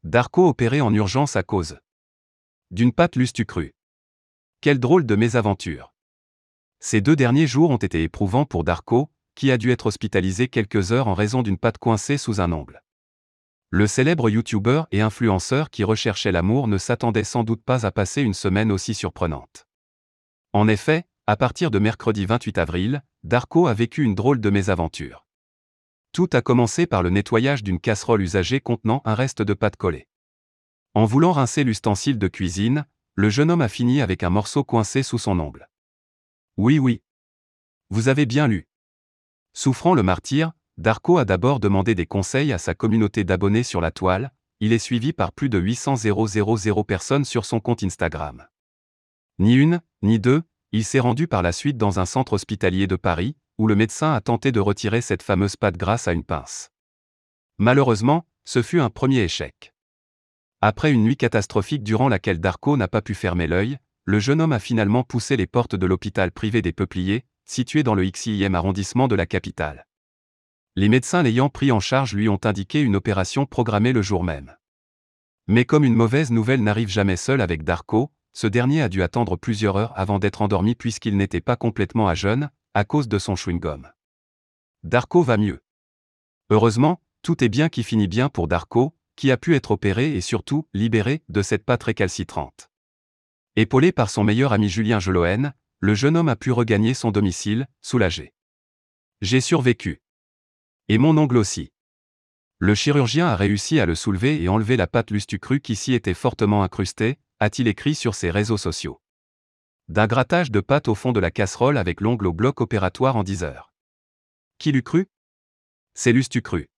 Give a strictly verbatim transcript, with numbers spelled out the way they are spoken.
Darko opéré en urgence à cause d'une patte lustucrue. Quelle drôle de mésaventure. Ces deux derniers jours ont été éprouvants pour Darko, qui a dû être hospitalisé quelques heures en raison d'une patte coincée sous un ongle. Le célèbre youtubeur et influenceur qui recherchait l'amour ne s'attendait sans doute pas à passer une semaine aussi surprenante. En effet, à partir de mercredi vingt-huit avril, Darko a vécu une drôle de mésaventure. Tout a commencé par le nettoyage d'une casserole usagée contenant un reste de pâte collée. En voulant rincer l'ustensile de cuisine, le jeune homme a fini avec un morceau coincé sous son ongle. Oui oui. Vous avez bien lu. Souffrant le martyre, Darko a d'abord demandé des conseils à sa communauté d'abonnés sur la toile. Il est suivi par plus de huit cents mille personnes sur son compte Instagram. Ni une, ni deux, il s'est rendu par la suite dans un centre hospitalier de Paris, où le médecin a tenté de retirer cette fameuse patte grâce à une pince. Malheureusement, ce fut un premier échec. Après une nuit catastrophique durant laquelle Darko n'a pas pu fermer l'œil, le jeune homme a finalement poussé les portes de l'hôpital privé des Peupliers, situé dans le Xe arrondissement de la capitale. Les médecins l'ayant pris en charge lui ont indiqué une opération programmée le jour même. Mais comme une mauvaise nouvelle n'arrive jamais seule avec Darko, ce dernier a dû attendre plusieurs heures avant d'être endormi puisqu'il n'était pas complètement à jeun, à cause de son chewing-gum. Darko va mieux. Heureusement, tout est bien qui finit bien pour Darko, qui a pu être opéré et surtout libéré de cette patte récalcitrante. Épaulé par son meilleur ami Julien Gelohen, le jeune homme a pu regagner son domicile, soulagé. J'ai survécu. Et mon ongle aussi. Le chirurgien a réussi à le soulever et enlever la patte lustucrue qui s'y était fortement incrustée, a-t-il écrit sur ses réseaux sociaux. D'un grattage de pâte au fond de la casserole avec l'ongle au bloc opératoire en dix heures. Qui l'eût cru? C'est lustucru.